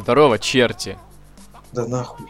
Здорово, черти. Да нахуй.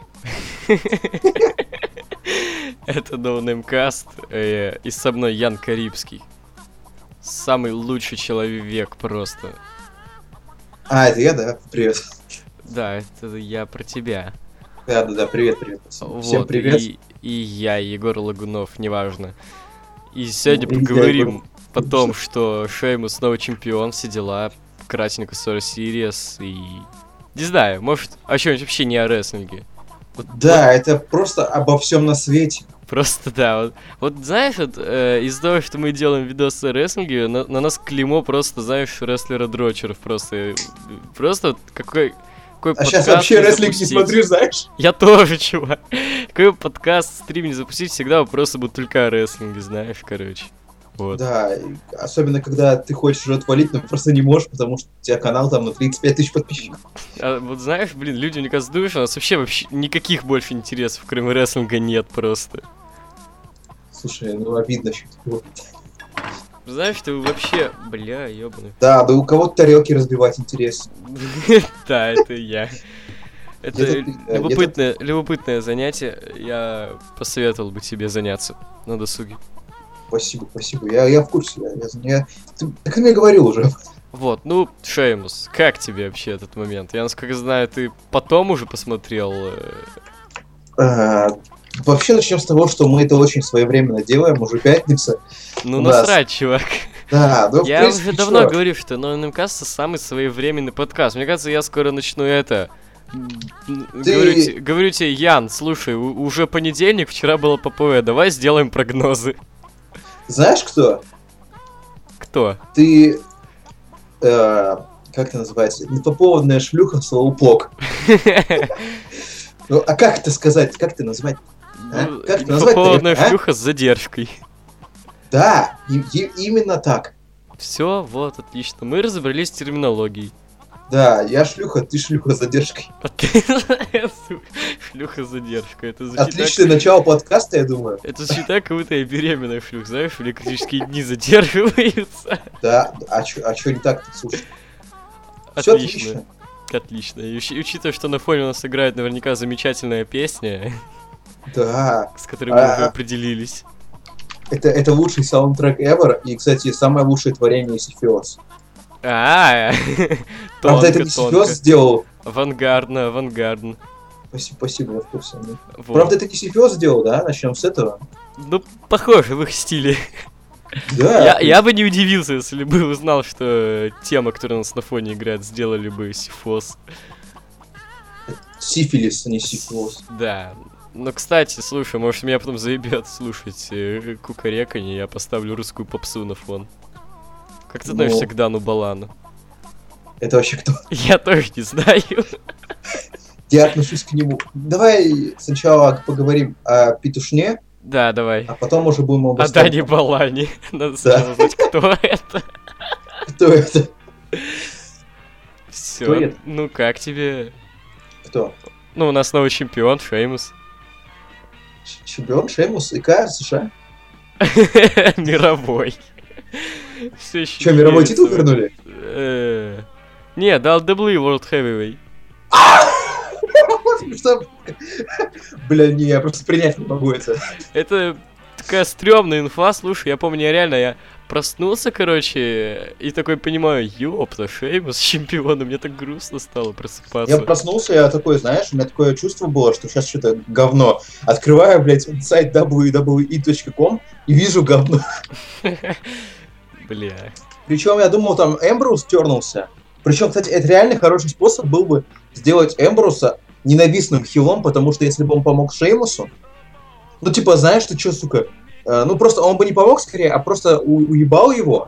Это NoNameCast, и со мной Ян Карибский. Самый лучший человек просто. Это я, да? Привет. Да, это я про тебя. Да, привет. Всем привет. И я, Егор Лагунов, неважно. И сегодня Ну, и поговорим я, о том, что Шеймус снова чемпион, все дела, кратенько Survivor Series и... Не знаю, может, что-нибудь вообще не о рестлинге. Да, это просто обо всем на свете. Просто да, вот знаешь, из-за того, что мы делаем видосы о рестлинге, на нас клеймо просто, знаешь, рестлера-дрочеров просто вот какой подкаст сейчас вообще рестлинг не запустить. смотрю, знаешь? Я тоже, чувак. Какой подкаст, стрим не запустить, всегда вопросы будут только о рестлинге, знаешь, короче. Вот. Да, особенно когда ты хочешь уже отвалить, но просто не можешь, потому что у тебя канал там на 35 тысяч подписчиков. А вот знаешь, люди, мне кажется, думаешь, у нас вообще никаких больше интересов, кроме рестлинга, нет просто. Слушай, обидно что-то. Знаешь, ты вообще... Бля, ёбаный. Да у кого-то тарелки разбивать интересно. Да, это я. Это любопытное занятие. Я посоветовал бы тебе заняться на досуге. Спасибо. Я в курсе. Ты так и мне говорил уже. Вот, Шеймус, как тебе вообще этот момент? Я, насколько знаю, ты потом уже посмотрел... Вообще начнем с того, что мы это очень своевременно делаем, уже пятница. Насрать, чувак. Да, я уже давно говорю, что NoNameCast самый своевременный подкаст. Мне кажется, я скоро начну Говорю тебе, Ян, слушай, уже понедельник, вчера было ППВ, давай сделаем прогнозы. Знаешь кто? Кто? Ты... как это называется? Непоповодная шлюха Слоупок. А как это сказать? Как это назвать? Непоповодная шлюха с задержкой. Да, именно так. Все, вот, отлично. Мы разобрались с терминологией. Да, я шлюха, ты шлюха с задержкой. Шлюха с задержкой. Отличное начало подкаста, я думаю. Это звучит так, как будто я беременная шлюх, знаешь, у меня критические дни задерживаются. Да, а чё не так-то, слушай? Отлично. Отлично. И учитывая, что на фоне у нас играет наверняка замечательная песня, да, с которой мы уже определились. Это лучший саундтрек ever, и, кстати, самое лучшее творение Сифиос. Правда, это не Сифиос сделал? Авангардно. Спасибо, я в курсе. Вот. Правда, это не Сифиос сделал, да? Начнем с этого. Похоже в их стиле. Да. Я бы не удивился, если бы узнал, что тема, которая у нас на фоне играет, сделали бы Сифос. Сифилис, а не Сифиос. Да. Кстати, слушай, может меня потом заебет слушать кукареканье, я поставлю русскую попсу на фон. Как ты относишься к Дану Балану? Это вообще кто? Я тоже не знаю. Я отношусь к нему. Давай сначала поговорим о петушне. Да, давай. А потом уже будем о Дане Балане. Надо сначала знать, кто это. Кто это? Все. Как тебе? Кто? У нас новый чемпион, Шеймус. Чемпион Шеймус? ИК США? Мировой. Что, мировой титул вернули? Не, дал WWE World Heavyweight. Бля, не, я просто принять не могу это. Это такая стрёмная инфа, слушай, я помню, я проснулся, короче, и такой понимаю, ёпта, Шеймус чемпион, мне так грустно стало просыпаться. Я проснулся, я такой, знаешь, у меня такое чувство было, что сейчас что-то говно. Открываю, блядь, сайт www.com и вижу говно. Бля. Причем я думал, там Эмброуз тернулся. Причем, кстати, это реально хороший способ был бы сделать Эмброуса ненавистным хилом, потому что если бы он помог Шеймусу, знаешь, ты чё, сука, просто он бы не помог скорее, а просто уебал его,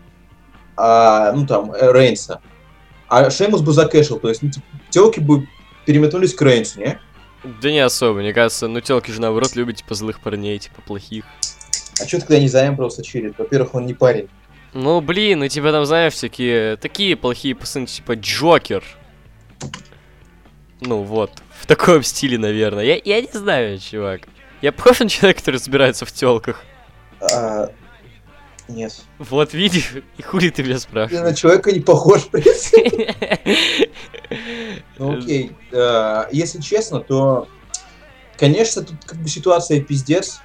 Рейнса, а Шеймус бы закэшил, то есть, тёлки бы переметнулись к Рейнсу, не? Да не особо, мне кажется, тёлки же наоборот любят, злых парней, плохих. А чё тогда не за Эмброуса чилит? Во-первых, он не парень. У тебя там, знаешь, всякие такие плохие пацаны, Джокер. В таком стиле, наверное. Я не знаю, чувак. Я похож на человека, который разбирается в тёлках. Нет. Вот видишь, и хули ты меня Я спрашиваешь? на человека не похож, в принципе. Ну окей. Если честно, то, конечно, тут как бы ситуация пиздец.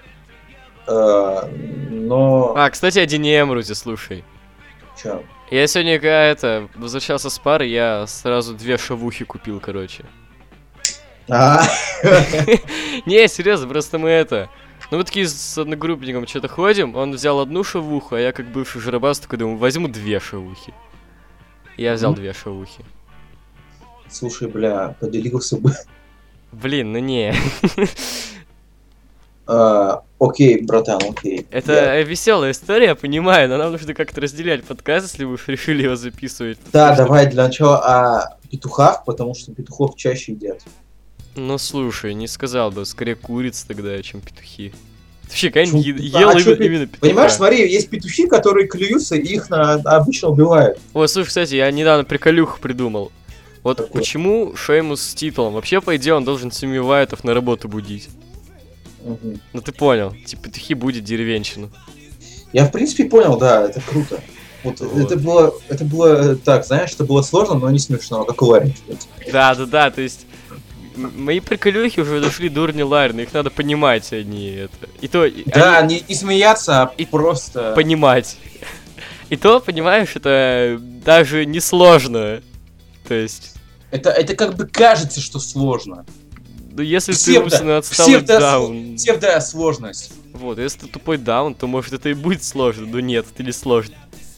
Но... А, кстати, о Дине Эмрузе, слушай. Чё? Я сегодня, когда возвращался с пары, я сразу 2 шавухи купил, короче. Не, серьезно, просто ну, мы такие с одногруппником что-то ходим, он взял 1 шавуху, а я, как бывший жиробас, такой думаю, возьму 2 шавухи. Я взял 2 шавухи. Слушай, бля, поделился бы. Блин, ну не. Окей, братан, окей. Это веселая история, я понимаю, но нам нужно как-то разделять подкаст, если вы решили его записывать. Да, давай для начала о петухах, потому что петухов чаще едят. Ну, слушай, не сказал бы, скорее куриц тогда, чем петухи. Ты вообще, конечно, Чё, ел а чё именно петуха. Понимаешь, смотри, есть петухи, которые клюются, и их обычно убивают. Ой, слушай, кстати, я недавно приколюху придумал. Вот Какой? почему Шеймус с титулом? Вообще, по идее, он должен Семи Уайтов на работу будить. Мгм. Ну ты понял, типа петухи будет деревенщину. Я в принципе понял, да, это круто. Вот. Это было так, знаешь, это было сложно, но не смешно, как у Ларри. Да, то есть мои приколюхи уже дошли до уровня Ларина, их надо понимать, они это. И то, Да, они не смеяться, а И просто... понимать. И то, понимаешь, это даже не сложно. То есть, Это как бы кажется, что сложно. ну если ты умственно отсталый даун. Псевдосложность. Вот, если ты тупой даун, то может это и будет сложно, но нет, это не сложно.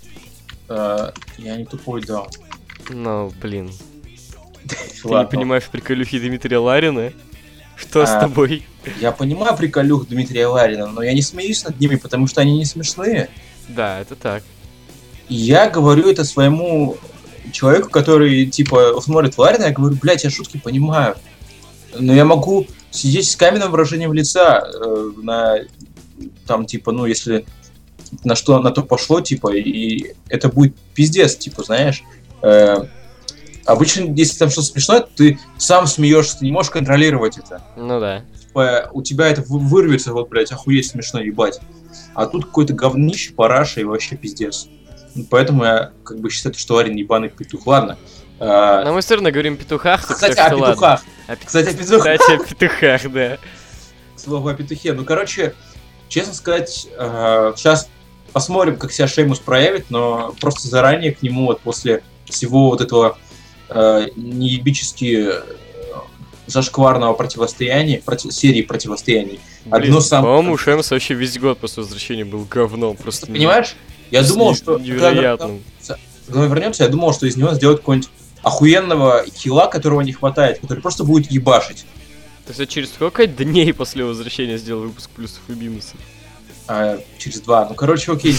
Я не тупой, да. Ну, блин. Ты не Ладно. понимаешь приколюхи Дмитрия Ларина? Что с тобой? Я понимаю приколюх Дмитрия Ларина, но я не смеюсь над ними, потому что они не смешные. Да, это так. И я говорю это своему человеку, который, типа, смотрит Ларина, я говорю, блядь, я шутки понимаю. Но я могу сидеть с каменным выражением лица там, типа, ну, если на то пошло, типа, и это будет пиздец, типа, знаешь. Обычно, если там что-то смешное, ты сам смеешься, ты не можешь контролировать это. Ну да. Типа, у тебя это вырвется, вот, блядь, охуеть смешно, ебать. А тут какой-то говнище, параша и вообще пиздец. Поэтому я как бы считаю, что Ларин ебаный петух. Ладно. Но мы все равно говорим о петухах. Кстати, о петухах. Кстати, о петухах. Кстати, о петухах, да. Слово о петухе. Ну, короче, честно сказать, сейчас посмотрим, как себя Шеймус проявит, но просто заранее к нему вот после всего вот этого неебически зашкварного противостояния, серии противостояний. Блин, по-моему, Шеймус вообще весь год после возвращения был говном. Просто понимаешь? Я думал, что невероятным. Когда он вернется, я думал, что из него сделают какого-нибудь охуенного хила, которого не хватает, который просто будет ебашить. То есть через сколько дней после возвращения сделал выпуск плюсов и минусов? Через 2. Ну, короче, окей.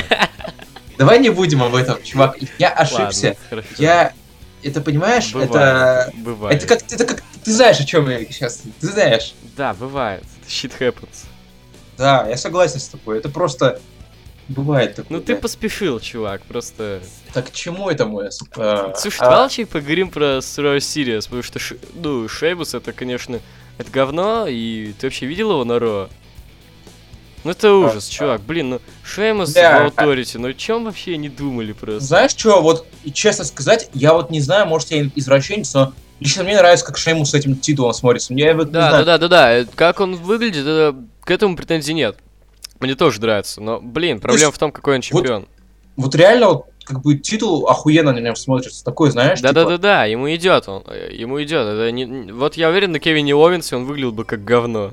Давай не будем об этом, чувак. Я ошибся. Ладно, это, понимаешь, бывает. Это как ты знаешь, о чем я сейчас. Ты знаешь. Да, бывает. Shit happens. Да, я согласен с тобой. Это просто бывает такое. Ну ты поспешил, чувак, просто... Так к чему это мой? Слушай, давай лучше поговорим про Survivor Series, потому что, Шеймус это, конечно, это говно, и ты вообще видел его на Ро? Ну это ужас, чувак, блин, ну Шеймус в Authority, ну о чем вообще не думали просто? Знаешь что, вот, честно сказать, я вот не знаю, может я извращенец, но лично мне нравится, как Шеймус с этим титулом смотрится. Да, как он выглядит, к этому претензий нет. Мне тоже нравится, но, блин, проблема в том, какой он чемпион. Вот реально, вот, как бы титул охуенно на нем смотрится, такой, знаешь, Да, ему идет. Это не... Вот я уверен, на Кевине Оуэнсе он выглядел бы как говно.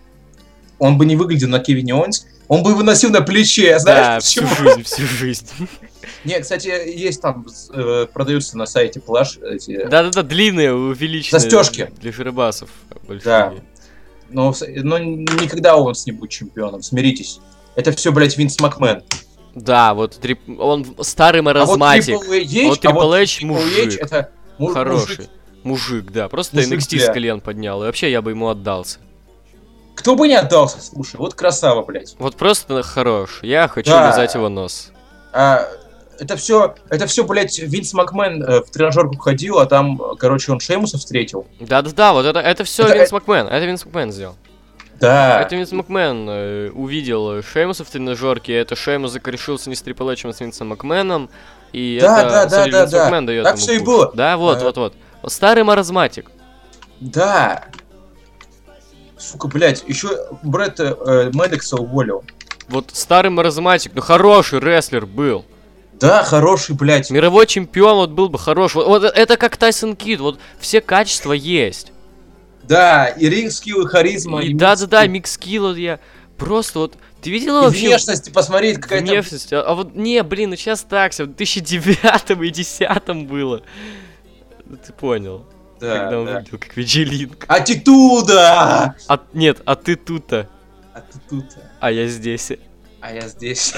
Он бы не выглядел на Кевине Оуэнсе, он бы выносил на плече, знаешь, почему? Всю жизнь. Не, кстати, есть там, продаются на сайте плаш эти... Да, длинные, увеличенные. Застежки. Для жиробасов большие. Да. Но никогда Оуэнс не будет чемпионом, смиритесь. Это все, блядь, Винс Макмен. Да, вот он старый маразматик. Вот Triple H мужик. Это хороший. Мужик, да. Просто NXT с колен поднял. И вообще я бы ему отдался. Кто бы не отдался, слушай, вот красава, блядь. Вот просто хорош. Я хочу лизать его нос. Это все, блядь, Винс Макмен в тренажерку ходил, а там, короче, он Шеймуса встретил. Да, вот это все Винс Макмен. Это Винс Макмен сделал. Да. Это Винс Макмен увидел Шеймуса в тренажерке, это Шеймус закорешился не с Трипл Эйчем, а с Винсом Макменом, и Да, это Винс Макмен дает так ему все и пуш. было. Да, вот. Старый маразматик. Да. Сука, блядь, еще Бретта Мэддокса уволил. Вот старый маразматик, ну хороший рестлер был. Да, хороший, блядь. Мировой чемпион вот был бы хорош. Вот это как Тайсон Кид, вот все качества есть. Да, и ринг скилл, и харизма. И и да, микс-скилл, вот я просто вот... Ты видела и вообще... внешность, посмотри, какая-то... Внешность, а вот, не, блин, ну сейчас так, все, в 2009 и 2010 было. Ну, ты понял. Да, Когда он да. выглядел как Виджелинг. Аттитуда! Нет, а ты тут-то, Аттитуда. а я здесь. А я здесь.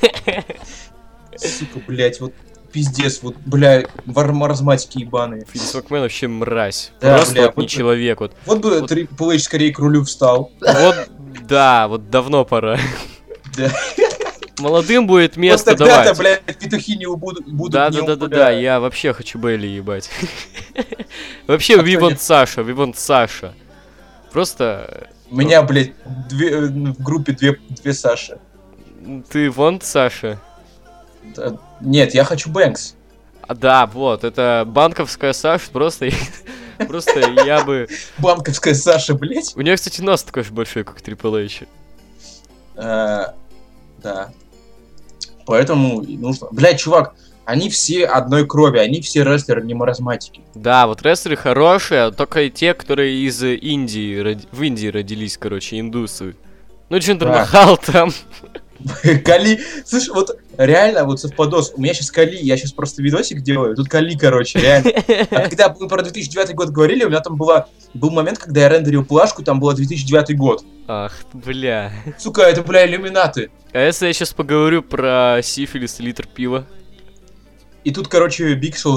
Сука, блядь, вот пиздец, вот, бля, маразматики ебаные. Винс Макмен вообще мразь. Да, Просто бля, вот не человек, вот. Вот бы Трипл Эйч скорее к рулю встал. Вот, да, вот давно пора. Да. Молодым будет место Вот тогда-то, давать. блядь, петухи не будут не Да, упадать. я вообще хочу Белли ебать. Вообще, Вивон Саша. Просто... У меня, блядь, в группе две Саши. Ты вон Саша? Да, нет, я хочу Бэнкс. Да, вот, это банковская Саша, просто я бы... Банковская Саша, блядь. У нее, кстати, нос такой же большой, как Трипл Эйч. Да. Поэтому нужно... Блядь, чувак, они все одной крови, они все рестлеры, не маразматики. Да, вот рестлеры хорошие, а только те, которые из Индии, в Индии родились, короче, индусы. Ну, Джиндер Махал там. Кали, слышь, вот реально, вот совпадос, у меня сейчас Кали, я сейчас просто видосик делаю, тут Кали, короче, реально. А когда мы про 2009 год говорили, у меня там был момент, когда я рендерил плашку, там было 2009 год. Ах, бля. Сука, это, бля, иллюминаты. А если я сейчас поговорю про сифилис и литр пива? И тут, короче, Биг Шоу.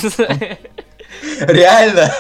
Реально.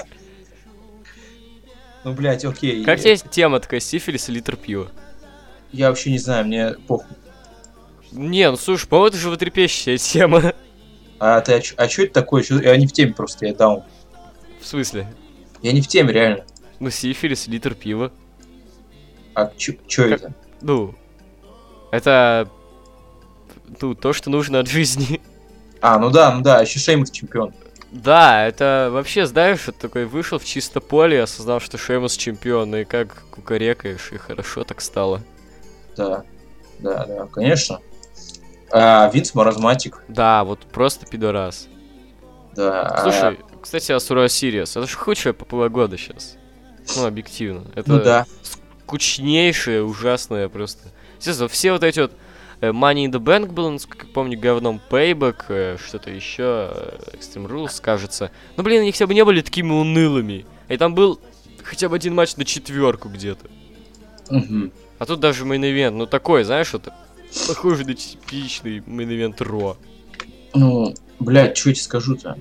Ну, блядь, окей. Как тебе тема такая, сифилис и литр пива? Я вообще не знаю, мне похуй. Не, ну слушай, по-моему, это же животрепещущая тема. А что это такое? Я не в теме просто, я даун. В смысле? Я не в теме, реально. Ну, сифилис, литр пива. А чё это? Ну, это... Ну, то, что нужно от жизни. А, ну да, еще Шеймус чемпион. Да, это вообще, знаешь, вот такой вышел в чисто поле и осознал, что Шеймус чемпион, и как кукарекаешь, и хорошо так стало. Да, конечно. А Винс маразматик. Да, вот просто пидорас. Да. Слушай, кстати, о Сурой Сириус, это же худшая попыла года сейчас. Ну, объективно. Это Ну да. скучнейшее, ужасное просто. Естественно, все вот эти вот Money in the Bank было, насколько я помню, говном, Payback, что-то еще, Extreme Rules, кажется. Ну, блин, они хотя бы не были такими унылыми. И там был хотя бы один матч на 4 где-то. Угу. А тут даже мейн-ивент, ну такой, знаешь, вот похоже на типичный мейн-ивент Ро. Ну, блядь, что я тебе скажу-то?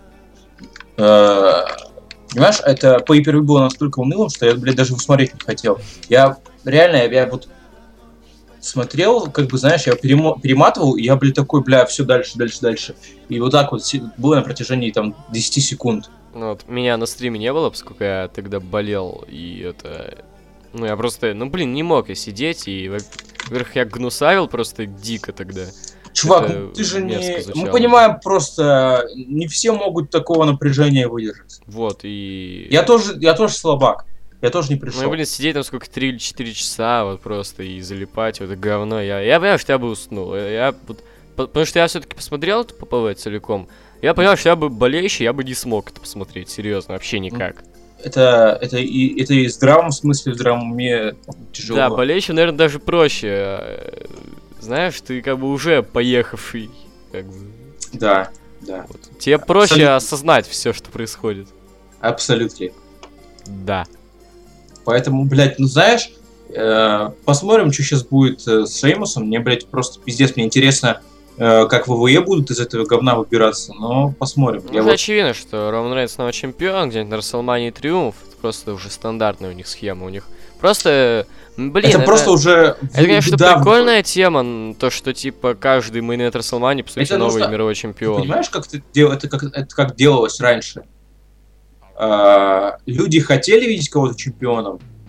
Понимаешь, это pay-per-view было настолько унылым, что я, блядь, даже его смотреть не хотел. Я вот смотрел, как бы, знаешь, я перематывал, и я, блядь, такой, бля, все дальше. И вот так вот было на протяжении, там, 10 секунд. Ну вот, меня на стриме не было, поскольку я тогда болел, и это... Ну, я просто, ну, блин, не мог я сидеть, и, во-первых, я гнусавил просто дико тогда. Чувак, Это ты же мерзко не... звучало. Мы понимаем просто, не все могут такого напряжения выдержать. Вот, и... Я тоже слабак. Я тоже не пришел. Ну, блин, сидеть там сколько, 3 или 4 часа, вот просто, и залипать в это говно. Я понимаю, что я бы уснул. Потому что я все-таки посмотрел это ППВ целиком. Я понял, что я бы болеющий, я бы не смог это посмотреть, серьезно, вообще никак. Это и в здравом смысле, в здравом уме тяжело. Да, болеющим, наверное, даже проще. Знаешь, ты как бы уже поехавший. Как бы. Да. Вот. Тебе проще осознать все, что происходит. Абсолютно. Да. Поэтому, блядь, ну знаешь, посмотрим, что сейчас будет с Шеймусом. Мне, блядь, просто пиздец, мне интересно, как ВВЕ будут из этого говна выбираться, но посмотрим. Ну, очевидно, что Роман Рейнс снова чемпион, где-нибудь на Расселмании Триумф. Это просто уже стандартная у них схема. У них просто, блин, это просто уже... Это, конечно, прикольная тема, то, что, типа, каждый мейн-эвент Расселмании, по сути, новый нужно... мировой чемпион. Ты понимаешь, как это как делалось раньше? Люди хотели видеть кого-то чемпионом,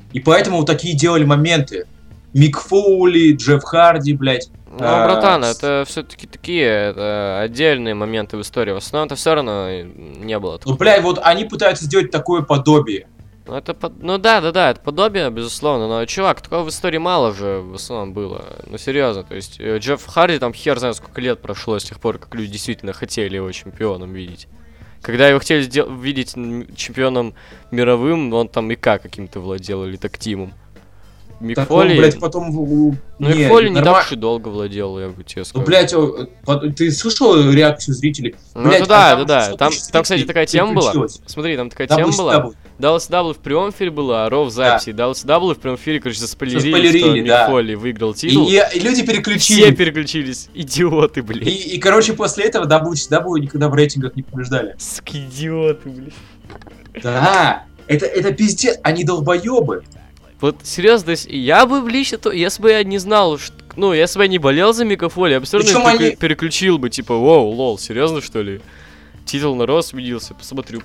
И поэтому вот такие делали моменты. Мик Фоули, Джефф Харди, блядь. Ну, братан, это все-таки такие это отдельные моменты в истории. В основном это все равно не было такого. Ну, блядь, вот они пытаются сделать такое подобие. Ну да, это подобие, безусловно, но, чувак, такого в истории мало же в основном было. Ну, серьезно, то есть, Джефф Харди, там, хер знает, сколько лет прошло с тех пор, как люди действительно хотели его чемпионом видеть. Когда его хотели видеть чемпионом мировым, он там ИК каким-то владел, или тактимом. Мик Фоли... блядь, потом... Ну, Мик Фоли не так уж и долго владел, я бы тебе сказал. Ну, блядь, ты слышал реакцию зрителей? Ну, блядь, это да. Там, кстати, такая тема была. Смотри, там такая тема была. WCW в прямом эфире было, а Ро в записи. WCW в прямом эфире, короче, заспойлерили, что Мик Фоли выиграл титул. И люди переключились. Все переключились. Идиоты, блядь. И, короче, после этого WCW никогда в рейтингах не побеждали. Сука, идиоты, блядь. Да, это пиздец, они долбоебы. Вот, серьезно, я бы лично, если бы я не знал, что, ну, если бы я не болел за Мика Фоли, я бы все равно переключил бы, типа, воу, лол, серьезно, что ли? Титул на Ро сменился, посмотрю.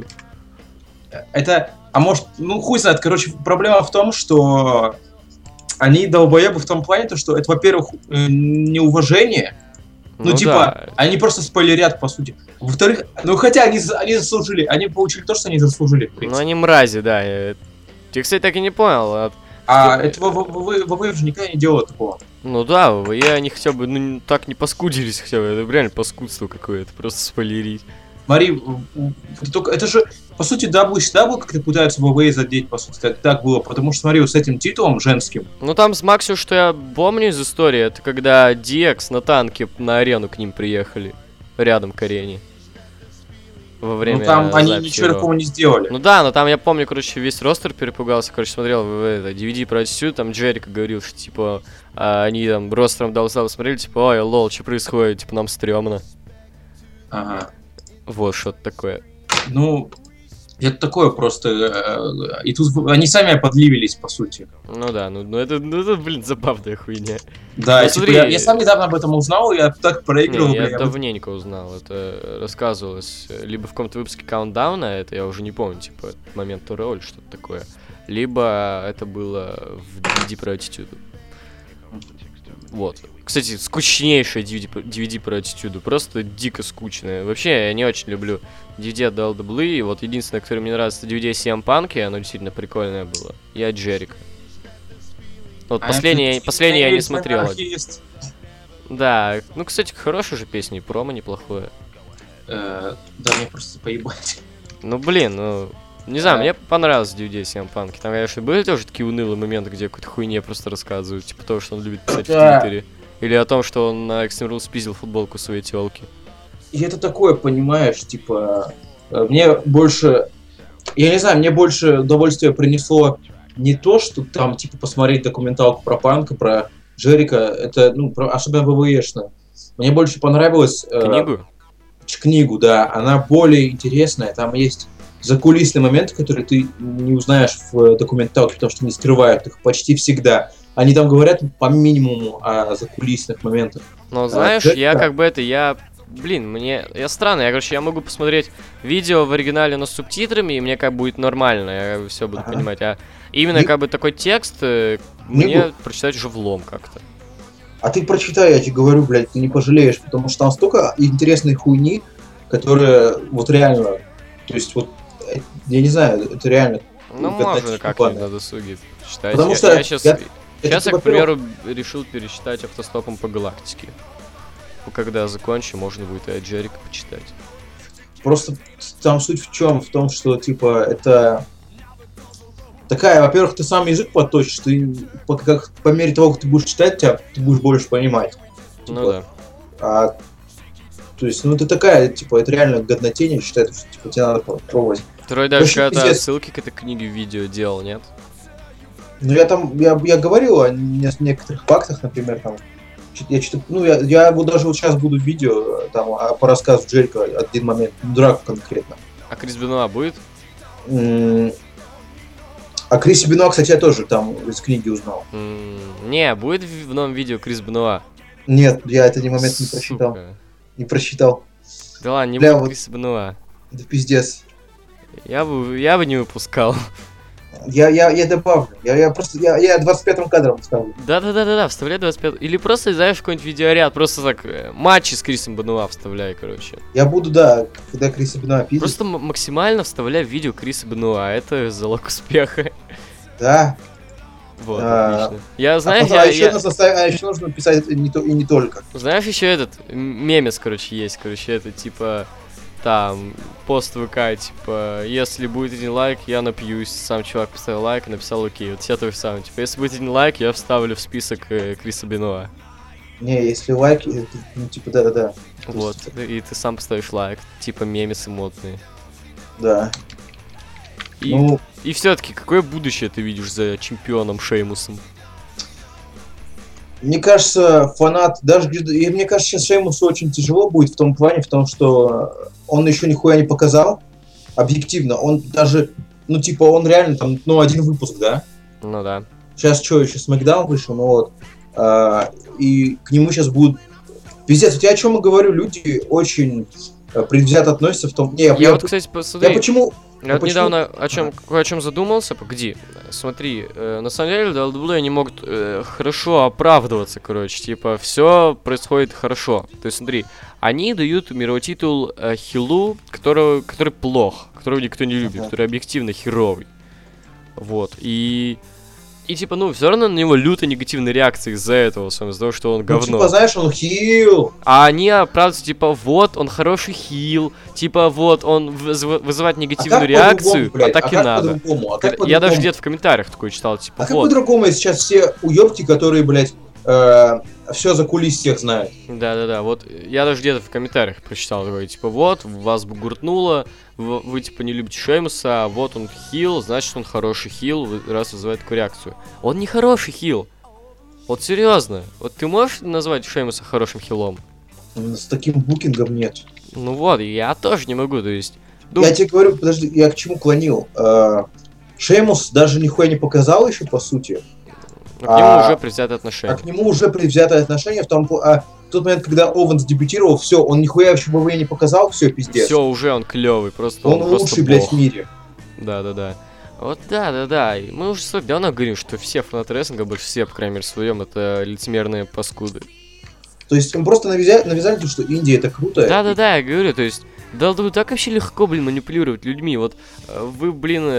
Это, а может, ну, хуй знает, короче, проблема в том, что они долбоебы в том плане, то, что это, во-первых, неуважение, ну, типа, да. Они просто спойлерят, по сути. Во-вторых, ну, хотя они заслужили, они получили то, что они заслужили, в принципе. Ну, они мрази, да, я, кстати, так и не понял. Это ВВ же никогда не делало такого. Ну да, они хотя бы, ну, так не поскудились хотя бы, это реально паскудство какое-то, просто спойлерить. Смотри, это же, по сути, WCW как-то пытаются ВВ задеть, по сути, так было, потому что, смотри, вот с этим титулом женским. Ну там с Максио, что я помню из истории, это когда DX на танке на арену к ним приехали, рядом к арене. Во время ну там они ничего такого не сделали. Ну да, но там я помню, короче, весь ростер перепугался, короче, смотрел DVD про Attitude, там Джерика говорил, что, типа, они там ростером WCW смотрели, типа, ой, лол, что происходит, типа, нам стрёмно. Ага. Вот, что-то такое. Ну, это такое просто, и тут они сами подливились, по сути. Ну да, ну это блин, забавная хуйня. Да, типа, я сам недавно об этом узнал, я так проигрывал. Я давненько узнал, это рассказывалось либо в каком-то выпуске Countdown, это я уже не помню, типа, момент Туро или что-то такое, либо это было в DVD про Attitude. Вот. Кстати, скучнейшая DVD про Attitude, просто дико скучная. Вообще, я не очень люблю DVD от WWE, и вот единственное, которое мне нравится, это DVD CM Punk, и оно действительно прикольное было. И от Джерика. Вот последнее я не смотрел. Да, ну, кстати, хорошая же песня, и промо неплохое. Да, мне просто поебать. Ну, блин, ну... Не знаю, мне понравился DVD CM Punk. Там, конечно, были тоже такие унылые моменты, где какой-то хуйне просто рассказывают. Типа того, что он любит писать в Твиттере. Или о том, что он на Extreme Rules спиздил футболку своей тёлки. И это такое, понимаешь, типа... Мне больше... Я не знаю, мне больше удовольствия принесло не то, что там, типа, посмотреть документалку про Панка, про Джерика. Это, ну, особенно ВВЕшно. Мне больше понравилось... Книгу, да. Она более интересная. Там есть... закулисные моменты, которые ты не узнаешь в документалке, потому что не скрывают их почти всегда. Они там говорят по минимуму о закулисных моментах. Но знаешь, я как бы я странно, я могу посмотреть видео в оригинале, но с субтитрами, и мне как будет нормально, я все буду понимать. А именно как бы такой текст мне прочитать уже влом как-то. А ты прочитай, я тебе говорю, блядь, ты не пожалеешь, потому что там столько интересной хуйни, которая вот реально, то есть вот я не знаю, это реально... Ну, можно как-нибудь на досуге читать. Потому что я сейчас, к примеру, решил пересчитать автостопом по галактике. Когда закончу, можно будет и от Джерика почитать. Просто там суть в чем? В том, что, типа, это... Такая, во-первых, ты сам язык подточишь, ты по мере того, как ты будешь читать, ты будешь больше понимать. Типа, ну да. То есть, ну, это такая, типа, это реально годнотень, я считаю, что, типа, тебе надо пробовать. Второй даже когда-то ссылки к этой книге в видео делал, нет? Ну, я говорил о некоторых фактах, например, там, я даже вот сейчас буду видео, там, по рассказу Джерика один момент, драку конкретно. А Крис Бенуа будет? А Крисе Бенуа, кстати, я тоже там из книги узнал. Не, будет в новом видео Крис Бенуа? Нет, я этот момент не прочитал. Не прочитал. Да ладно, не будет Криса Бенуа. Да пиздец. Я бы не выпускал. Я добавлю. Я 25-м кадром вставлю. Да, вставляй 25. Или просто, знаешь, какой-нибудь видеоряд, просто так, матчи с Крисом Бенуа вставляй, короче. Я буду, да, когда Криса Бенуа пиздит. Просто максимально вставляй видео Криса Бенуа, это залог успеха. Да. Вот, отлично. Я, знаешь, еще нужно писать и не только. Знаешь, еще этот мемес, короче, есть, короче, это типа... Там, пост ВК, типа, если будет один лайк, я напьюсь. Сам чувак поставил лайк и написал окей. Вот все то же самое. Типа, если будет один лайк, я вставлю в список Криса Бенуа. Не, если лайк, ну, типа, да. Вот, и ты сам поставишь лайк. Типа, мемесы модные. Да. И все-таки, какое будущее ты видишь за чемпионом Шеймусом? Мне кажется, фанат, и мне кажется, сейчас Шеймусу очень тяжело будет в том плане, в том, что он еще нихуя не показал, объективно, он даже, ну, типа, он реально там, ну, один выпуск, да? Ну, да. Сейчас что, еще Смэкдаун вышел, ну, вот, и к нему сейчас будут, пиздец, вот я о чем и говорю, люди очень предвзято относятся в том, кстати, посмотри. Я почему... Я вот недавно о чем задумался, погоди, смотри, на самом деле WWE они могут хорошо оправдываться, короче, типа, все происходит хорошо. То есть, смотри, они дают мировой титул хилу, который плох, которого никто не любит, который объективно херовый. Вот, и типа, ну, все равно на него люто негативные реакции из-за этого, из-за того, что он говно. Ну, типа, знаешь, он хил. А они оправдываются, типа, вот, он хороший хил, типа, вот, он вызывает негативную реакцию, блядь, так и надо. Я даже где-то в комментариях такое читал, типа, вот. Как по-другому сейчас все уёбки, которые, блядь, все за кулис всех знают. Да, вот, я даже где-то в комментариях прочитал, такой, типа, вот, вас гуртнуло, вы, типа, не любите Шеймуса, а вот он хил, значит, он хороший хил, раз вызывает такую реакцию. Он не хороший хил. Вот серьезно. Вот ты можешь назвать Шеймуса хорошим хилом? С таким букингом нет. Ну вот, я тоже не могу, то есть... Я тебе говорю, подожди, я к чему клонил? Шеймус даже нихуя не показал еще, по сути. К нему уже предвзятое отношение. А к нему уже предвзятое отношение в тот момент, когда Оуэнс дебютировал, все, он нихуя вообще БВ не показал, все, пиздец. Все, уже он клевый, просто он лучший, блядь, в мире. Да. Вот да. И мы уже давно говорим, что все фанаты рестлинга, больше все, по крайней мере, в своем, это лицемерные паскуды. То есть им просто навязали, что Индия это круто. Да, я говорю, то есть так вообще легко, манипулировать людьми. Вот вы,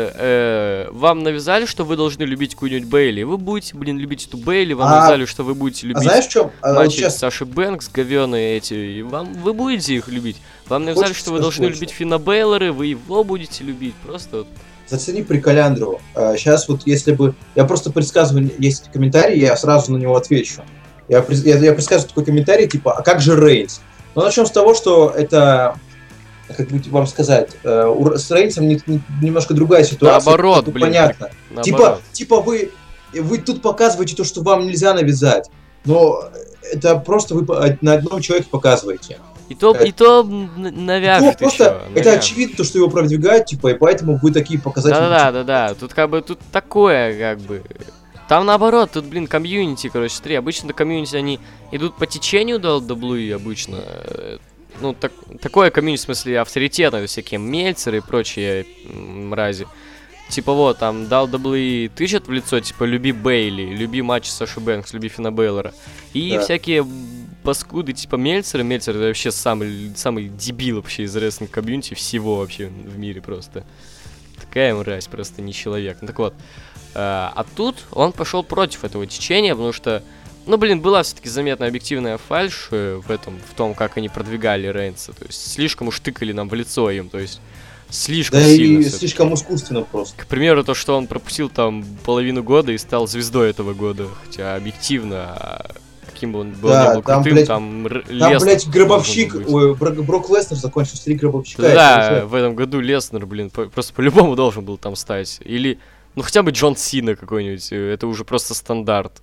вам навязали, что вы должны любить какую-нибудь Бейли. Вы будете, любить эту Бейли, вам навязали, что вы будете любить знаешь, в чем? матчи сейчас... Саши Бэнкс, говёные эти, и вы будете их любить. Вам навязали, что вы должны любить Финна Бейлора, вы его будете любить, просто вот. Зацени приколяндрову. Сейчас вот если бы... Я просто предсказываю, есть комментарий, я сразу на него отвечу. Я предсказываю такой комментарий, типа, а как же Рейнс? Ну, начнем с того, что это... Как бы вам сказать, с Рейнсом немножко другая ситуация. Наоборот, понятно. Типа вы тут показываете то, что вам нельзя навязать, но это просто вы на одном человеке показываете. И то навяжет еще. Это очевидно, то, что его продвигают, типа, и поэтому вы такие показатели. Да. Тут тут такое, как бы... Там наоборот, тут, комьюнити, короче, смотри, обычно комьюнити, они идут по течению WWE обычно. Ну, такое комьюнити, в смысле, авторитетное, всякие Мельцеры и прочие мрази. Типа вот, там, WWE тычат в лицо, типа, люби Бейли, люби матчи Саши Бэнкс, люби Финна Бейлора. И всякие паскуды, типа Мельцер это вообще самый дебил вообще из рестлинг-комьюнити всего вообще в мире просто. Такая мразь, просто не человек. Ну так вот, а тут он пошел против этого течения, потому что, была все-таки заметная объективная фальшь в том, как они продвигали Рейнса. То есть слишком уж тыкали нам в лицо им, то есть слишком сильно. Да и слишком искусственно просто. К примеру, то, что он пропустил там половину года и стал звездой этого года. Хотя объективно, каким бы он был, не был крутым, там Леснер... Там, блядь, гробовщик, Брок Леснер закончил 3 гробовщика. Да, в этом году Леснер, просто по-любому должен был там стать. Или, хотя бы Джон Сина какой-нибудь, это уже просто стандарт.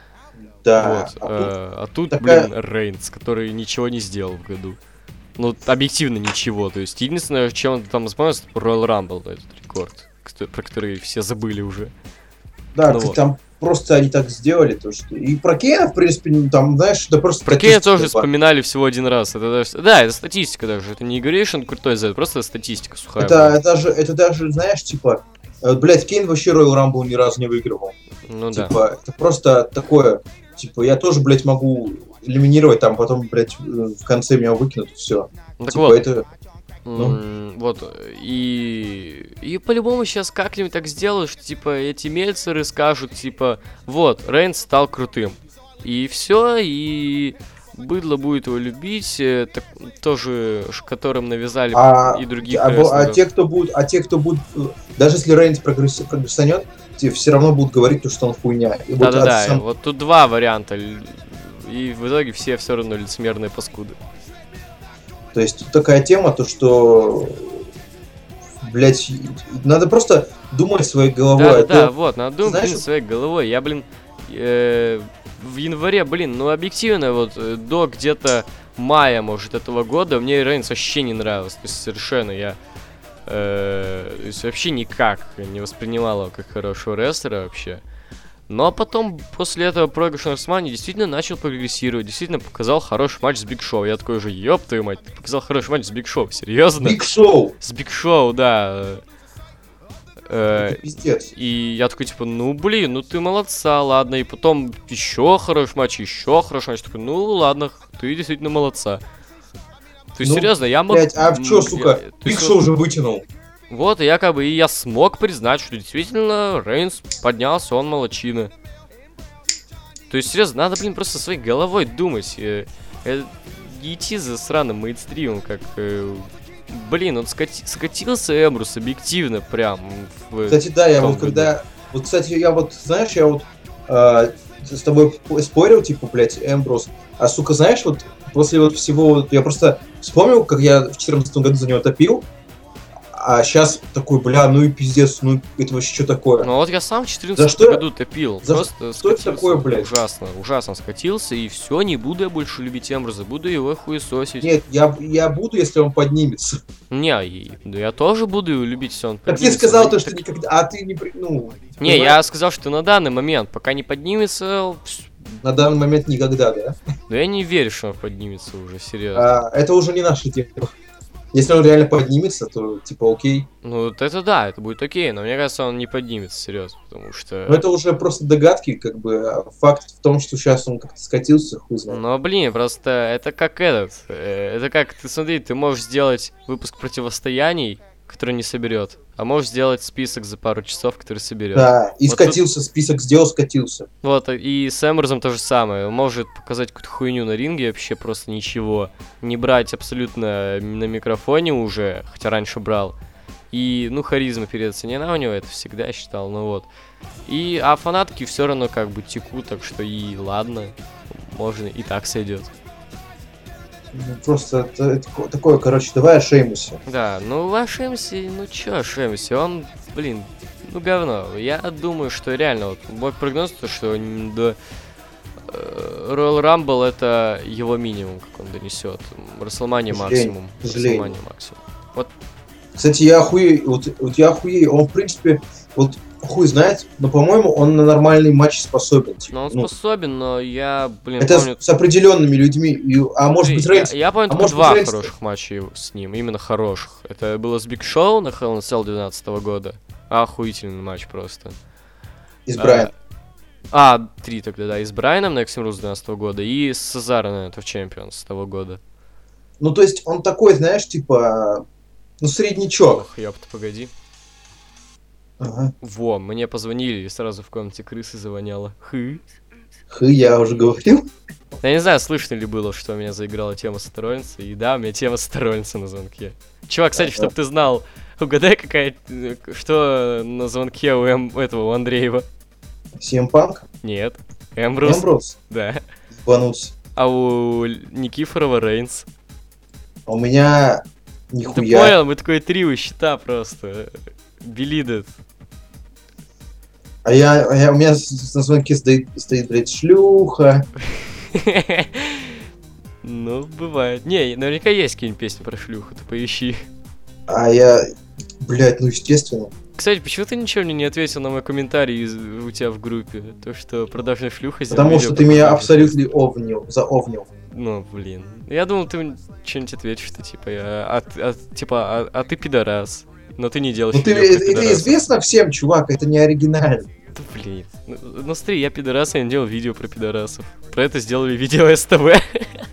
Да. Вот. А тут, Рейнс, который ничего не сделал в году. Объективно ничего. То есть, единственное, чем он там запомнился, это Royal Rumble, этот рекорд, про который все забыли уже. Да, там просто они так сделали, то что... И про Кейна, в принципе, там, знаешь, да просто... Про Кейна тоже вспоминали всего один раз. Это статистика даже. Это не говоришь, он крутой за это, просто статистика сухая. Это даже, знаешь, типа... Блядь, Кейн вообще Royal Rumble ни разу не выигрывал. Ну да. Типа, это просто такое... Типа, я тоже, блядь, могу элиминировать, там, потом, блядь, в конце меня выкинут, и все. Так Типа, вот, это... вот, и по-любому сейчас как-нибудь так сделают, что, типа, эти мельцеры скажут, типа, вот, Рейнс стал крутым. И все, и быдло будет его любить, тоже, которым навязали и других рестлеров. те, кто будут, даже если Рейнс прогрессанет, все равно будут говорить, что он хуйня. Да-да-да, вот тут два варианта, и в итоге все равно лицемерные паскуды. То есть тут такая тема, то что, блять, надо просто думать своей головой. Да, вот, надо думать, своей головой. Я, в январе, ну объективно, вот до где-то мая, может, этого года мне Рейнс вообще не нравился. То есть совершенно я вообще никак не воспринимал его как хорошего рестлера вообще. Но потом, после этого проигрыша на WrestleMania, действительно начал прогрессировать, действительно показал хороший матч с Биг Шоу. Я такой уже, ёб твою мать, ты показал хороший матч с Биг Шоу, серьезно? Биг Шоу! С Биг Шоу, да. Это пиздец. И я такой, типа, ну блин, ну ты молодца, ладно. И потом еще хороший матч. Такой, ну ладно, ты действительно молодца. То есть, серьезно, я мог... Блять, а в чё, сука, Биг Шоу уже вытянул. Вот, и я смог признать, что действительно Рейнс поднялся, он молодчина. То есть, серьезно, надо, просто своей головой думать. Идти за сраным мейнстримом, как... Блин, он скатился Эмбрус объективно прям. Кстати, да, я вот когда... Вот, кстати, я вот, знаешь, я вот с тобой спорил, типа, блядь, Эмбрус. А, сука, знаешь, вот после вот всего... Вот, я просто вспомнил, как я в 2014 году за него топил. А сейчас такой, бля, ну и пиздец, ну это вообще что такое? Ну вот я сам в 2014 году топил. Просто что это такое, блядь? Ужасно скатился, и все, не буду я больше любить Эмброза, буду его хуесосить. Нет, я буду, если он поднимется. Не, я тоже буду его любить, если он поднимется. Так ты сказал то, что никогда, а ты не... Ну, не, я сказал, что на данный момент, пока не поднимется... На данный момент никогда, да? Но я не верю, что он поднимется уже, серьезно. Это уже не наше дело. Если он реально поднимется, то типа окей. Ну это да, это будет окей, но мне кажется, он не поднимется, серьезно, потому что... Ну это уже просто догадки, как бы, факт в том, что сейчас он как-то скатился, хуй знает. Ну блин, просто это как это как, ты смотри, ты можешь сделать выпуск противостояний, который не соберет, а можешь сделать список за пару часов, который соберет. Да, и вот скатился, тут... список сделал, скатился. Вот, и с Эмброзом то же самое. Он может показать какую-то хуйню на ринге, вообще просто ничего. Не брать абсолютно на микрофоне уже, хотя раньше брал. И, ну, харизма переоценена у него, это всегда я считал, ну вот. А фанатки все равно как бы текут, так что и ладно, можно, и так сойдет. Просто это такое, короче, давай о Шеймусе. Да, ну о Шеймусе, ну чё о Шеймусе, он, блин, ну говно. Я думаю, что реально, вот мой прогноз, то, что до Royal Rumble это его минимум, как он донесет. WrestleMania максимум. WrestleMania максимум. Вот. Кстати, я охуею, вот я охуею, он в принципе, вот хуй знает, но, по-моему, он на нормальный матч способен. Типа, ну, он способен, но я, блин, это помню... с определенными людьми, может быть, Рейнс... Я помню только два хороших матча с ним, именно хороших. Это было с Биг Шоу на Hell in Cell 2012 года. Охуительный матч просто. И с Брайаном. 3 тогда, да, и с Брайаном на Extreme Rules 2012 года, и с Сезаро на Night of Champions с того года. Ну, то есть, он такой, знаешь, типа... Ну, среднячок. Ох, ёпта, погоди. Ага. Во, мне позвонили, и сразу в комнате крысы завоняло. Я уже говорил. Я не знаю, слышно ли было, что у меня заиграла тема Сета Роллинса. И да, у меня тема Сета Роллинса на звонке. Чувак, кстати, чтоб ты знал, угадай, что на звонке у у Андреева. CM Punk? Нет. Эмбрус? Эмбрус? Да. Ебануться. А у Никифорова Рейнс. А у меня... Нихуя. Ты понял, мы такое трио счета просто. Белидет. У меня на звонке стоит, блядь, шлюха. Ну, бывает. Не, наверняка есть какие-нибудь песни про шлюху, ты поищи. Блядь, ну естественно. Кстати, почему ты ничего мне не ответил на мой комментарий у тебя в группе? То, что продажная шлюха... Потому что ты меня абсолютно заовнил. Ну, блин. Я думал, ты что-нибудь ответишь, что типа, а ты пидорас. Но ты не делаешь Ну ты, видео про это пидорасов. известно всем, чувак, это не оригинально. Да, блин. Ну смотри, я пидорас, я не делал видео про пидорасов. Про это сделали видео СТВ.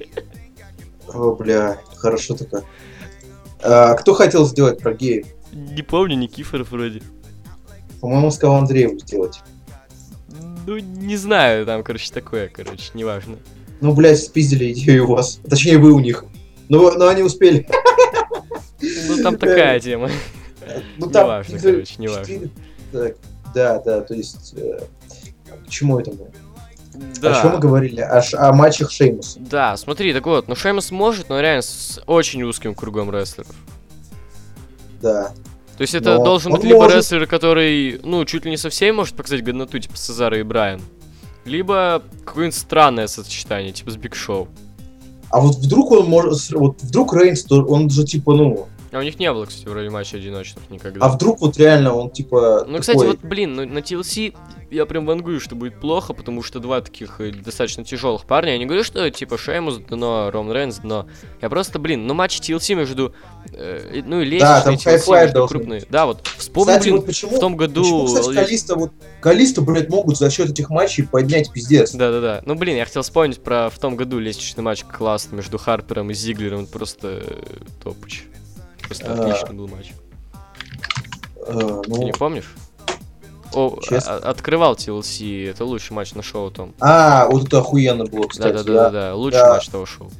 О, бля, хорошо такое. А, кто хотел сделать про геев? Не помню, Никифоров вроде. По-моему, сказал Андрееву сделать. Ну, не знаю, там, короче, такое, неважно. Ну, блядь, спиздили идею у вас. Точнее, вы у них. Но они успели. Ну, там такая тема. Ну, там... Неважно, короче, неважно. Так, да, то есть... К чему это мы? Да. О чем мы говорили? О матчах Шеймуса. Да, смотри, так вот, ну Шеймус может, но реально с очень узким кругом рестлеров. Да. То есть это Но должен он быть либо может- рестлер, который, ну, чуть ли не со всеми может показать годноту, типа Сезара и Брайан, либо какое-нибудь странное сочетание, типа с Биг Шоу. А вот вдруг он может... Вот вдруг Рейнс, он же типа, ну... А у них не было, кстати, вроде матча одиночных никогда. А вдруг вот реально он типа... Ну, кстати, такой- вот, блин, ну, на TLC я прям вангую, что будет плохо, потому что два таких достаточно тяжелых парня. Я не говорю, что, типа, Шеймус дно, Роман Рейнс дно. Я просто, блин, ну, матч TLC между, ну, и лестничные Да, там TLC хай-флай между должны крупные. Да, вот, вспомни, Кстати, блин, вот почему... в том году... Почему, кстати, Калиста, блядь, могут за счет этих матчей поднять пиздец. Да-да-да. Ну, блин, я хотел вспомнить про в том году лестничный матч классный между Харпером и Зиглером. Это просто топыч. Просто отличный был матч. Ты Ну, не помнишь? О, Честно? открывал TLC, это лучший матч на шоу там. вот это охуенно было, кстати. Да, лучший да. матч того шоу.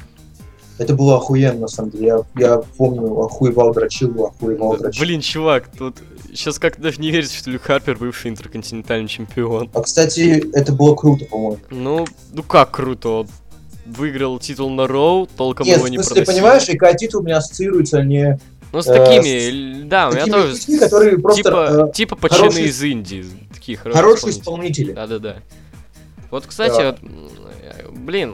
Это было охуенно, на самом деле. Я помню, охуевал дрочил. Блин, чувак, тут сейчас как-то даже не верится, что Люк Харпер бывший интерконтинентальный чемпион. А, кстати, это было круто, по-моему. Ну как круто, он выиграл титул на Роу, толком Нет, его в не смысле, проносил. понимаешь, ИК-титул у меня ассоциируется не... Ну, с такими, да, у меня такими тоже... людьми, которые просто, Типа пацаны хорошие- из Индии, такие Хорошие исполнители. исполнители. Да. Вот, кстати, Да. вот, блин,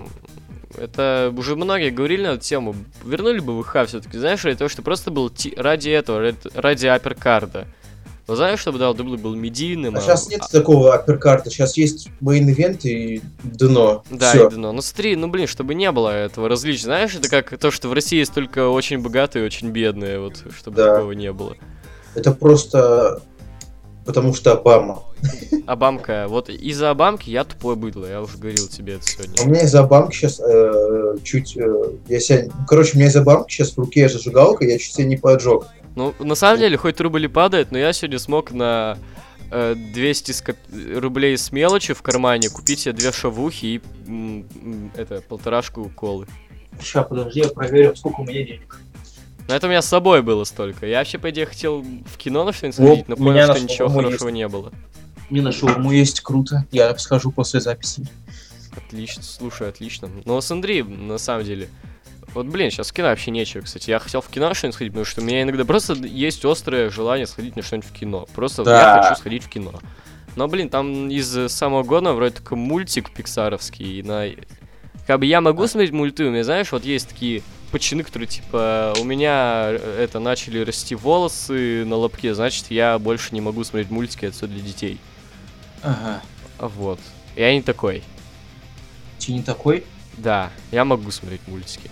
это уже многие говорили на эту тему. Вернули бы ВХ все-таки, знаешь, ради того, что просто был ради этого, ради апперкарда. Но знаешь, что бы дал дубль был медийным. А сейчас нет такого апперкарта, сейчас есть мейн-ивент и дно. Да, Всё. и дно. Ну смотри, ну блин, чтобы не было этого различия. Знаешь, это как то, что в России есть только очень богатые и очень бедные, вот, чтобы Да. такого не было. Это просто потому что Обама. Обамка, вот из-за Обамки я тупое быдло, я уже говорил тебе это сегодня. А у меня из-за Обамки сейчас чуть... я себя... Короче, у меня из-за Обамки сейчас в руке зажигалка, я чуть себя не поджег. Ну, на самом деле, хоть рубль и падает, но я сегодня смог на 200 рублей с мелочи в кармане купить себе 2 шавухи и полторашку колы. Сейчас, подожди, я проверю, сколько у меня денег. Но это у меня с собой было столько. Я вообще, по идее, хотел в кино на что-нибудь Вот, сходить, но у меня понял, на что ничего шаурму хорошего не было. Не на шаурму есть, круто. Я схожу после записи. Отлично, слушай, отлично. Но смотри, на самом деле, вот, блин, сейчас в кино вообще нечего, кстати. Я хотел в кино на что-нибудь сходить, потому что у меня иногда просто есть острое желание сходить на что-нибудь в кино. Просто Да. я хочу сходить в кино. Но, блин, там из самого года вроде такой мультик пиксаровский. Как бы я могу смотреть мульты, у меня, знаешь, вот есть такие пацаны, которые, типа, у меня начали расти волосы на лобке, значит, я больше не могу смотреть мультики, это все для детей. Ага. Вот. Я не такой. Ты не такой? Да, я могу смотреть мультики.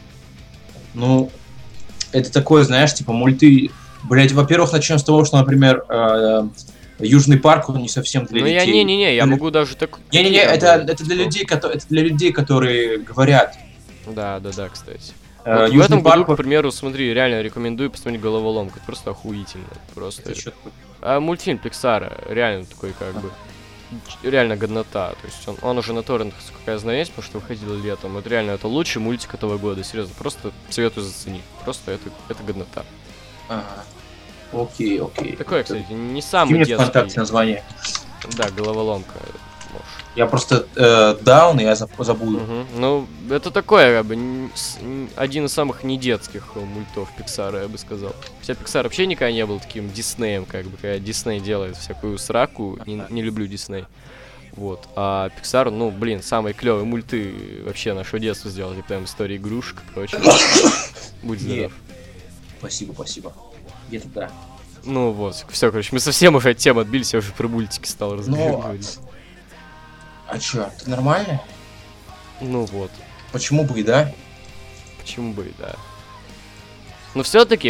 Ну, это такое, знаешь, типа мульты... Блять, во-первых, начнем с того, что, например, Южный парк, он не совсем для Ну, я детей. не-не-не, я могу даже так... Не-не-не, такие это там для были. людей, которые говорят. Да, кстати. Вот в Южный этом году, парк... к примеру, смотри, реально рекомендую посмотреть «Головоломку». Это просто охуительно. Просто. Это чё такое? Мультфильм Пиксара, реально такой, как бы, реально годнота. То есть он уже на торрентах, сколько я знаю, есть, потому что выходил летом. Вот реально, это лучший мультик этого года, серьезно. Просто советую заценить. Просто это годнота. Ага. Окей. Такой, кстати, не Скинь самый мне детский. ВКонтакте название. Да, «Головоломка». Можешь. Я просто даун, и я забуду. Мгм. Ну, это такое, как бы, один из самых недетских мультов Пиксара, я бы сказал. Хотя Пиксар вообще никогда не был таким Диснеем, как бы, когда Дисней делает всякую сраку, не люблю Дисней. Вот. А Пиксар, ну, блин, самые клевые мульты вообще нашего детства сделали, типа там «История игрушек» и прочее. Будь здоров. Спасибо. Где-то да. Ну вот, все, короче, мы совсем уже от темы отбились, я уже про мультики стал разговаривать. А чё, ты нормально? Ну вот. Почему бы и да? Почему бы и да. Но все-таки,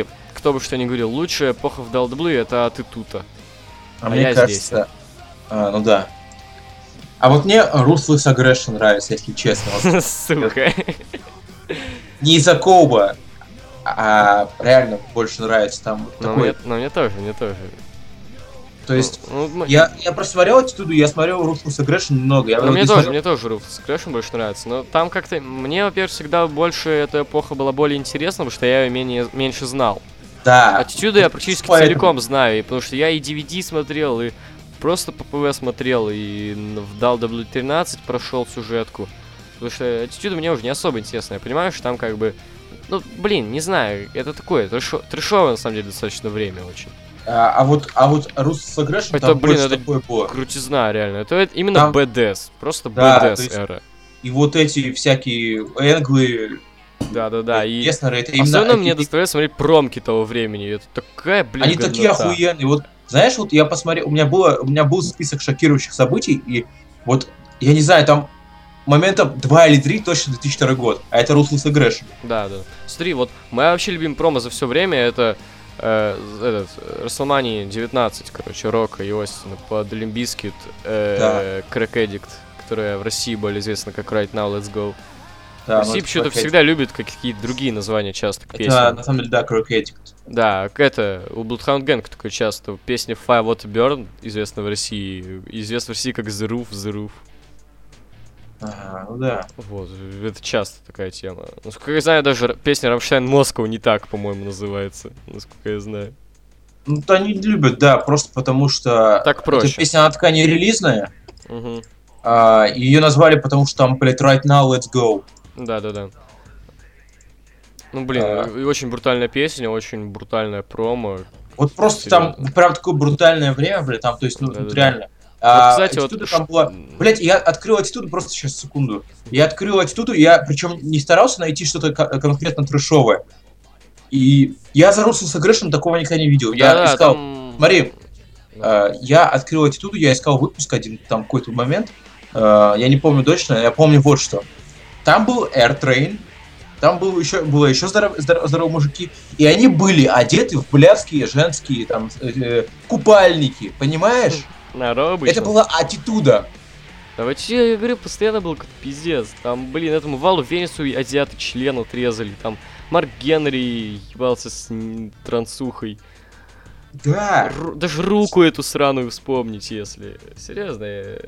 кто бы что ни говорил, лучшая эпоха в WWE это Attitude. А мне кажется... ну да. А вот мне Ruthless Aggression нравится, если честно. Сука. Не из-за Коуба, а реально больше нравится там. Мне тоже. То есть, я просто смотрел Attitude, я смотрел Ruthless Aggression немного. Мне тоже Ruthless Aggression больше нравится. Но там как-то... Мне, во-первых, всегда больше эта эпоха была более интересна, потому что я ее меньше знал. Да. Attitude я практически целиком знаю, потому что я и DVD смотрел, и просто по ПВ смотрел, и в WWE13 прошел сюжетку. Потому что Attitude мне уже не особо интересно. Я понимаю, что там как бы... Ну, блин, не знаю, это такое трэшовое, на самом деле, достаточно время очень. А вот Ruthless Aggression это, там блин, больше это такое было. Крутизна, реально. Это именно там... BDS, просто да, BDS эра. И вот эти всякие энглы... Да. И Леснеры, это особенно мне доставляет смотреть промки того времени. Это такая, блин, они такие охуенные. Вот, знаешь, вот я посмотрел, у меня был список шокирующих событий, и вот, я не знаю, там моментов 2 или 3 точно 2002 год, а это Ruthless Aggression. Да. Смотри, вот моя вообще любимая промо за все время это WrestleMania 19, короче, Рока и Остина под Limp Bizkit, Crack Addict, которая в России более известна как Right Now Let's Go. Да, Россия почему-то всегда любит какие-то другие названия часто к песням. Это, на самом деле, да, Crack Addict. Да, это у Bloodhound Gang такой часто. Песня Fire Water Burn известна в России. Известна в России как The Roof. Ага, ну да. Вот, это часто такая тема. Насколько я знаю, даже песня Rammstein Moscow не так, по-моему, называется. Насколько я знаю. Ну, то они любят, да, просто потому что... Так проще. Эта песня, она такая нерелизная. Угу. Ее назвали, потому что там, блядь, Right Now Let's Go. Да. Ну, блин, очень брутальная песня, очень брутальная промо. Вот просто серьезно. Там прям такое брутальное время, блядь, там, то есть, ну, реально. Вот, кстати, Attitude там была... Блядь, я открыл Attitude, просто сейчас, секунду. Я открыл Attitude, я причем не старался найти что-то конкретно трэшовое. И я за Ruthless Aggression такого никогда не видел. Я искал... Смотри, я открыл Attitude, я искал выпуск один, там какой-то момент. Я не помню точно, я помню вот что. Там был Air Train, там было еще здоровые мужики, и они были одеты в блядские женские там купальники, понимаешь? Это была Attitude. Да вообще, я говорю, постоянно был какой-то пиздец. Там, блин, этому Валу Венесу азиаты член отрезали, там Марк Генри ебался с трансухой. Да. Даже руку эту сраную вспомнить, если... Серьезно,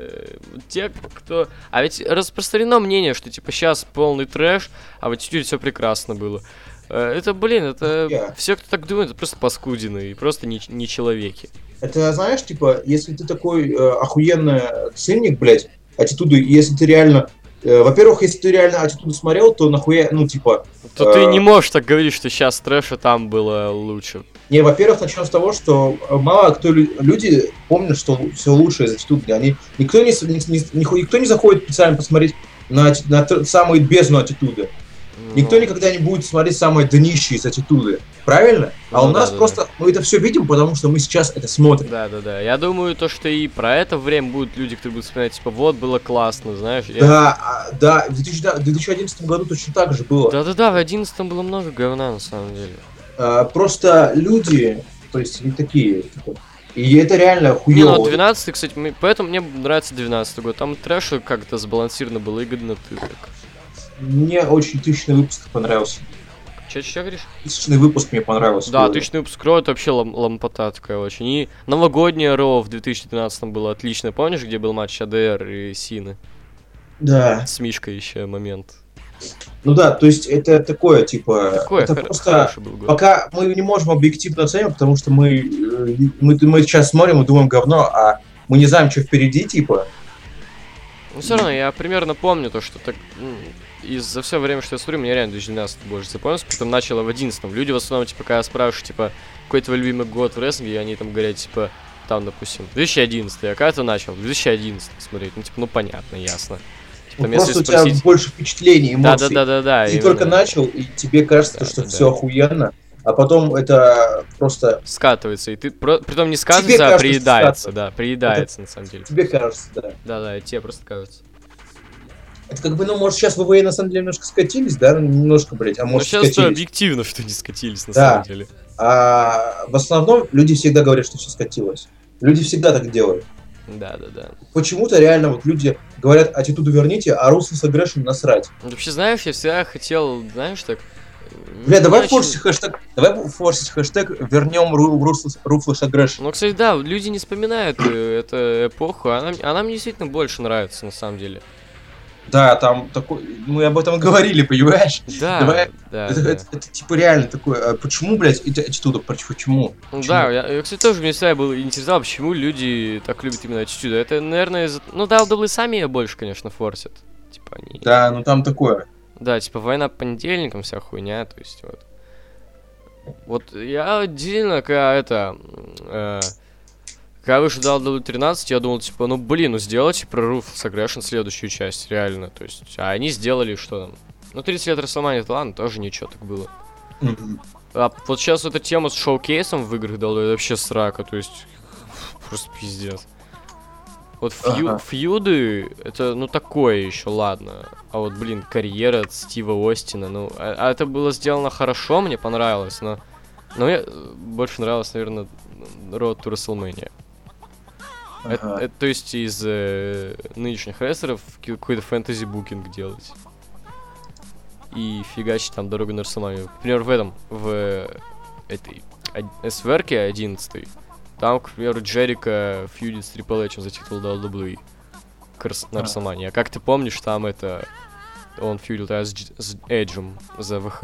те, кто... А ведь распространено мнение, что, типа, сейчас полный трэш, а в Attitude все прекрасно было. Это, блин, это... Все, кто так думает, это просто паскудины и просто не человеки. Это, знаешь, типа, если ты такой охуенный ценник, блядь, Attitude, если ты реально... Во-первых, если ты реально Attitude смотрел, то нахуя, ну, типа... То ты не можешь так говорить, что сейчас трэша там было лучше. Не, во-первых, начнем с того, что мало кто люди помнят, что все лучшее из Attitude. Никто не заходит специально посмотреть на самые бездну Attitude. Никто никогда не будет смотреть самое днище из Attitude. Правильно? А у нас просто мы это все видим, потому что мы сейчас это смотрим. Да. Я думаю, то, что и про это время будут люди, которые будут вспоминать, типа, вот, было классно, знаешь. Да, в 2011 году точно так же было. Да, в 2011 было много говна, на самом деле. Просто люди, то есть, не такие, типа, и это реально хуёво. Не, ну 12-й, кстати, поэтому мне нравится 12-й год. Там трэш как-то сбалансировано было, и годноты так. Мне очень 1000-й выпуск понравился. Че говоришь? 1000-й выпуск мне понравился. Да, 1000-й выпуск Ро, это вообще лампота такая очень. И новогоднее Ро в 2012 было отлично. Помнишь, где был матч АДР и Сины? Да. С Мишкой еще момент. Ну да, то есть это такое, типа... Такое, это просто... Пока мы не можем объективно оценивать, потому что мы сейчас смотрим и думаем говно, а мы не знаем, что впереди, типа... Ну все равно, я примерно помню то, что так... И за все время, что я смотрю, мне реально 2012 больше запомнился, потом начало в 11-м. Люди в основном, типа, когда спрашивают, типа, какой твой любимый год в рестлинге, они там говорят, типа, там, допустим, 2011, а когда ты начал? 2011 смотреть, ну, типа, ну, понятно, ясно. Типа, ну, просто спросить... у тебя больше впечатлений, эмоций. Да. Ты только начал, и тебе кажется, что все охуенно, а потом это просто... Скатывается, и ты, притом не скатывается, а приедается, да, приедается, на самом деле. Тебе кажется, да. Да, тебе просто кажется. Это как бы, ну, может, сейчас ВВЕ на самом деле немножко скатились, да? Немножко, блядь, а может, сейчас скатились. Объективно, что не скатились, на самом деле. А в основном люди всегда говорят, что все скатилось. Люди всегда так делают. Да. Почему-то реально вот люди говорят, аттитуду верните, а Ruthless Aggression насрать. Вообще, знаешь, я всегда хотел, знаешь, так... Бля, давай форсить хэштег вернем Ruthless Aggression. Ну, кстати, да, люди не вспоминают эту эпоху, она мне действительно больше нравится, на самом деле. Да, там такой... Мы об этом говорили, понимаешь? Да, Давай... да. Это типа реально такое... Почему, блядь, аттитуда? Почему? Да, я, кстати, тоже мне всегда было интересно, почему люди так любят именно аттитуду. Это, наверное, из-за... Ну, да, WWE сами ее больше, конечно, форсят. Типа они... Да, ну там такое. Да, типа война по понедельникам, вся хуйня, то есть вот. Вот я отдельно, когда вышел WWE 13, я думал, типа, ну блин, ну сделайте про Ruthless Aggression следующую часть, реально, то есть, а они сделали что там? Ну 30 лет WrestleMania, это ладно, тоже ничего так было. А вот сейчас эта тема с шоу-кейсом в играх дала, это вообще срака, то есть, просто пиздец. Вот фьюды, это, ну, такое еще, ладно. А вот, блин, карьера от Стива Остина, ну, а это было сделано хорошо, мне понравилось, но мне больше нравилось, наверное, Road to WrestleMania. Это, то есть, из нынешних рестлеров какой-то фэнтези-букинг делать. И фигачить там дорогу на WrestleMania. Например, в этой СВР-ке 11-й. Там, к примеру, Джерика фьюдит с Triple H за титул WWE на WrestleMania. А как ты помнишь, там он фьюдил с Эджем за ВХ.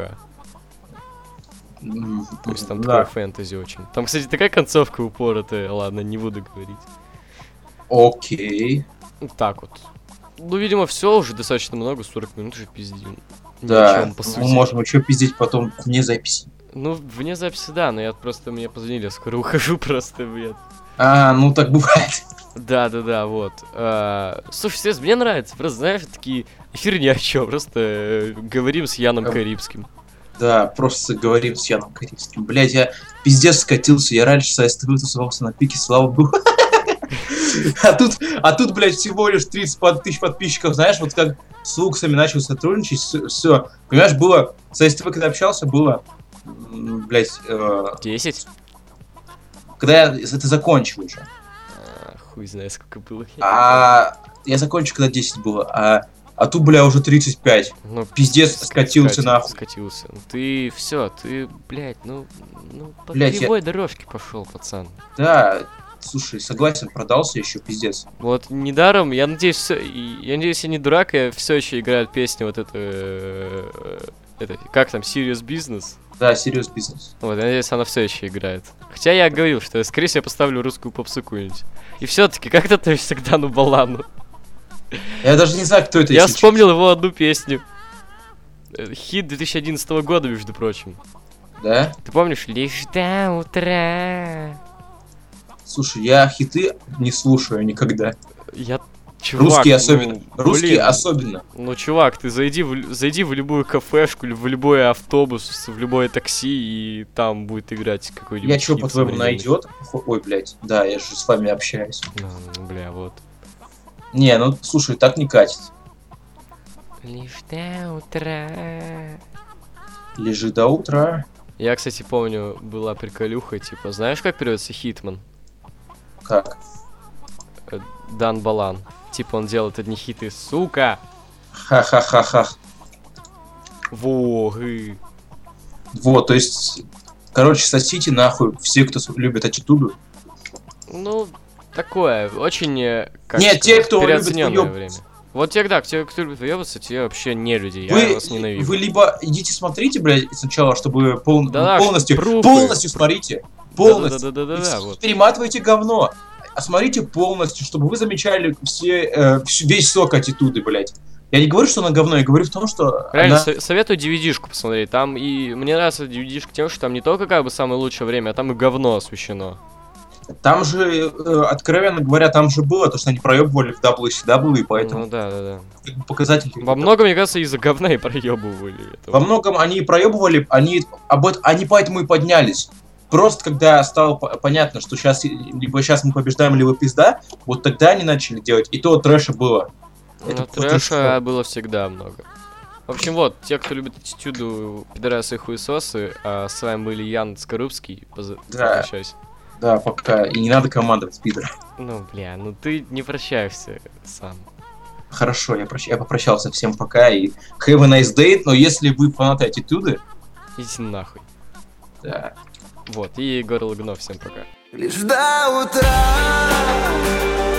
То есть там такое фэнтези очень. Там, кстати, такая концовка упоротая. Ладно, не буду говорить. Окей. Так вот. Ну, видимо, все уже достаточно много, 40 минут уже пиздим. Да, мы можем еще пиздить потом вне записи. Ну, вне записи, да, но мне позвонили, я скоро ухожу просто, блядь. Ну так бывает. Да, вот. Слушай, Стас, мне нравится, просто, знаешь, такие эфиры ни о чем, просто говорим с Яном Карибским. Да, просто говорим с Яном Карибским. Блядь, я пиздец скатился, я раньше с СТВ тусовался на пике, слава богу. А тут, блядь, всего лишь 30 тысяч подписчиков, знаешь, вот как с Луксами начал сотрудничать, все. Понимаешь, было, с СТВ когда общался, было, блядь... 10? Когда я это закончил уже. Хуй знает, сколько было. Я закончил, когда 10 было, а тут, бля, уже 35. Ну, пиздец, скатился нахуй. Скатился. Ты все, ты, блядь, ну по блядь, кривой дорожке пошел, пацан. Да, слушай, согласен, продался еще, пиздец. Вот недаром, я надеюсь, я не дурак, я все еще играю песню вот это, как там, Serious Business? Да, Serious Business. Вот, я надеюсь, она все еще играет. Хотя я говорил, что, скорее всего, я поставлю русскую попсу какую-нибудь. И все-таки, как ты относишься к Дану Балану? Я даже не знаю, кто это. Я вспомнил его одну песню. Хит 2011 года, между прочим. Да? Ты помнишь? Лишь до утра. Слушай, я хиты не слушаю никогда. Чувак, русские особенно. Русские особенно. Ну, чувак, ты зайди в любую кафешку, в любой автобус, в любое такси, и там будет играть какой-нибудь. Я что, по-твоему, найдет? Ой, блядь, да, я же с вами общаюсь. Бля, вот. Не, ну слушай, так не катит. Лишь до утра. Лежи до утра. Я, кстати, помню, была приколюха, типа, знаешь, как переводится Хитман? Как? Дан Балан. Типа, он делает одни хиты, сука! Ха-ха-ха-ха. Вот, то есть, короче, сосите нахуй все, кто любит аттитуду. Ну, такое, очень, нет, те, кто любит время. Вот те, да, те, кто любит выебаться, те вообще не люди, я вас ненавижу. Вы либо идите смотрите, блядь, сначала, чтобы полностью смотрите. Полностью. Да, вот. Перематывайте говно. А смотрите полностью, чтобы вы замечали весь сок аттитуды, блядь. Я не говорю, что она говно, я говорю в том, что... Реально, советую DVD-шку посмотреть. Там и... Мне нравится DVD-шка тем, что там не только как бы самое лучшее время, а там и говно освещено. Там же, откровенно говоря, там же было то, что они проебывали в WCW, и поэтому... Ну да. Показатель... Во многом, мне кажется, из-за говна и проебывали. Во многом они проебывали, они поэтому и поднялись. Просто когда стало понятно, что сейчас мы побеждаем, либо пизда, вот тогда они начали делать, и то трэша было. Трэша было всегда много. В общем, вот, те, кто любит аттитюду, пидорасы и хуесосы, а с вами были Ян Скорубский. Прощаюсь. Да, пока. И не надо командовать, пидор. Ну, бля, ну ты не прощаешься сам. Хорошо, я попрощался. Всем пока и have a nice day. Но если вы фанаты аттитюды... Идите нахуй. Да. Вот, и Егор Логунов, всем пока. Лишь до утра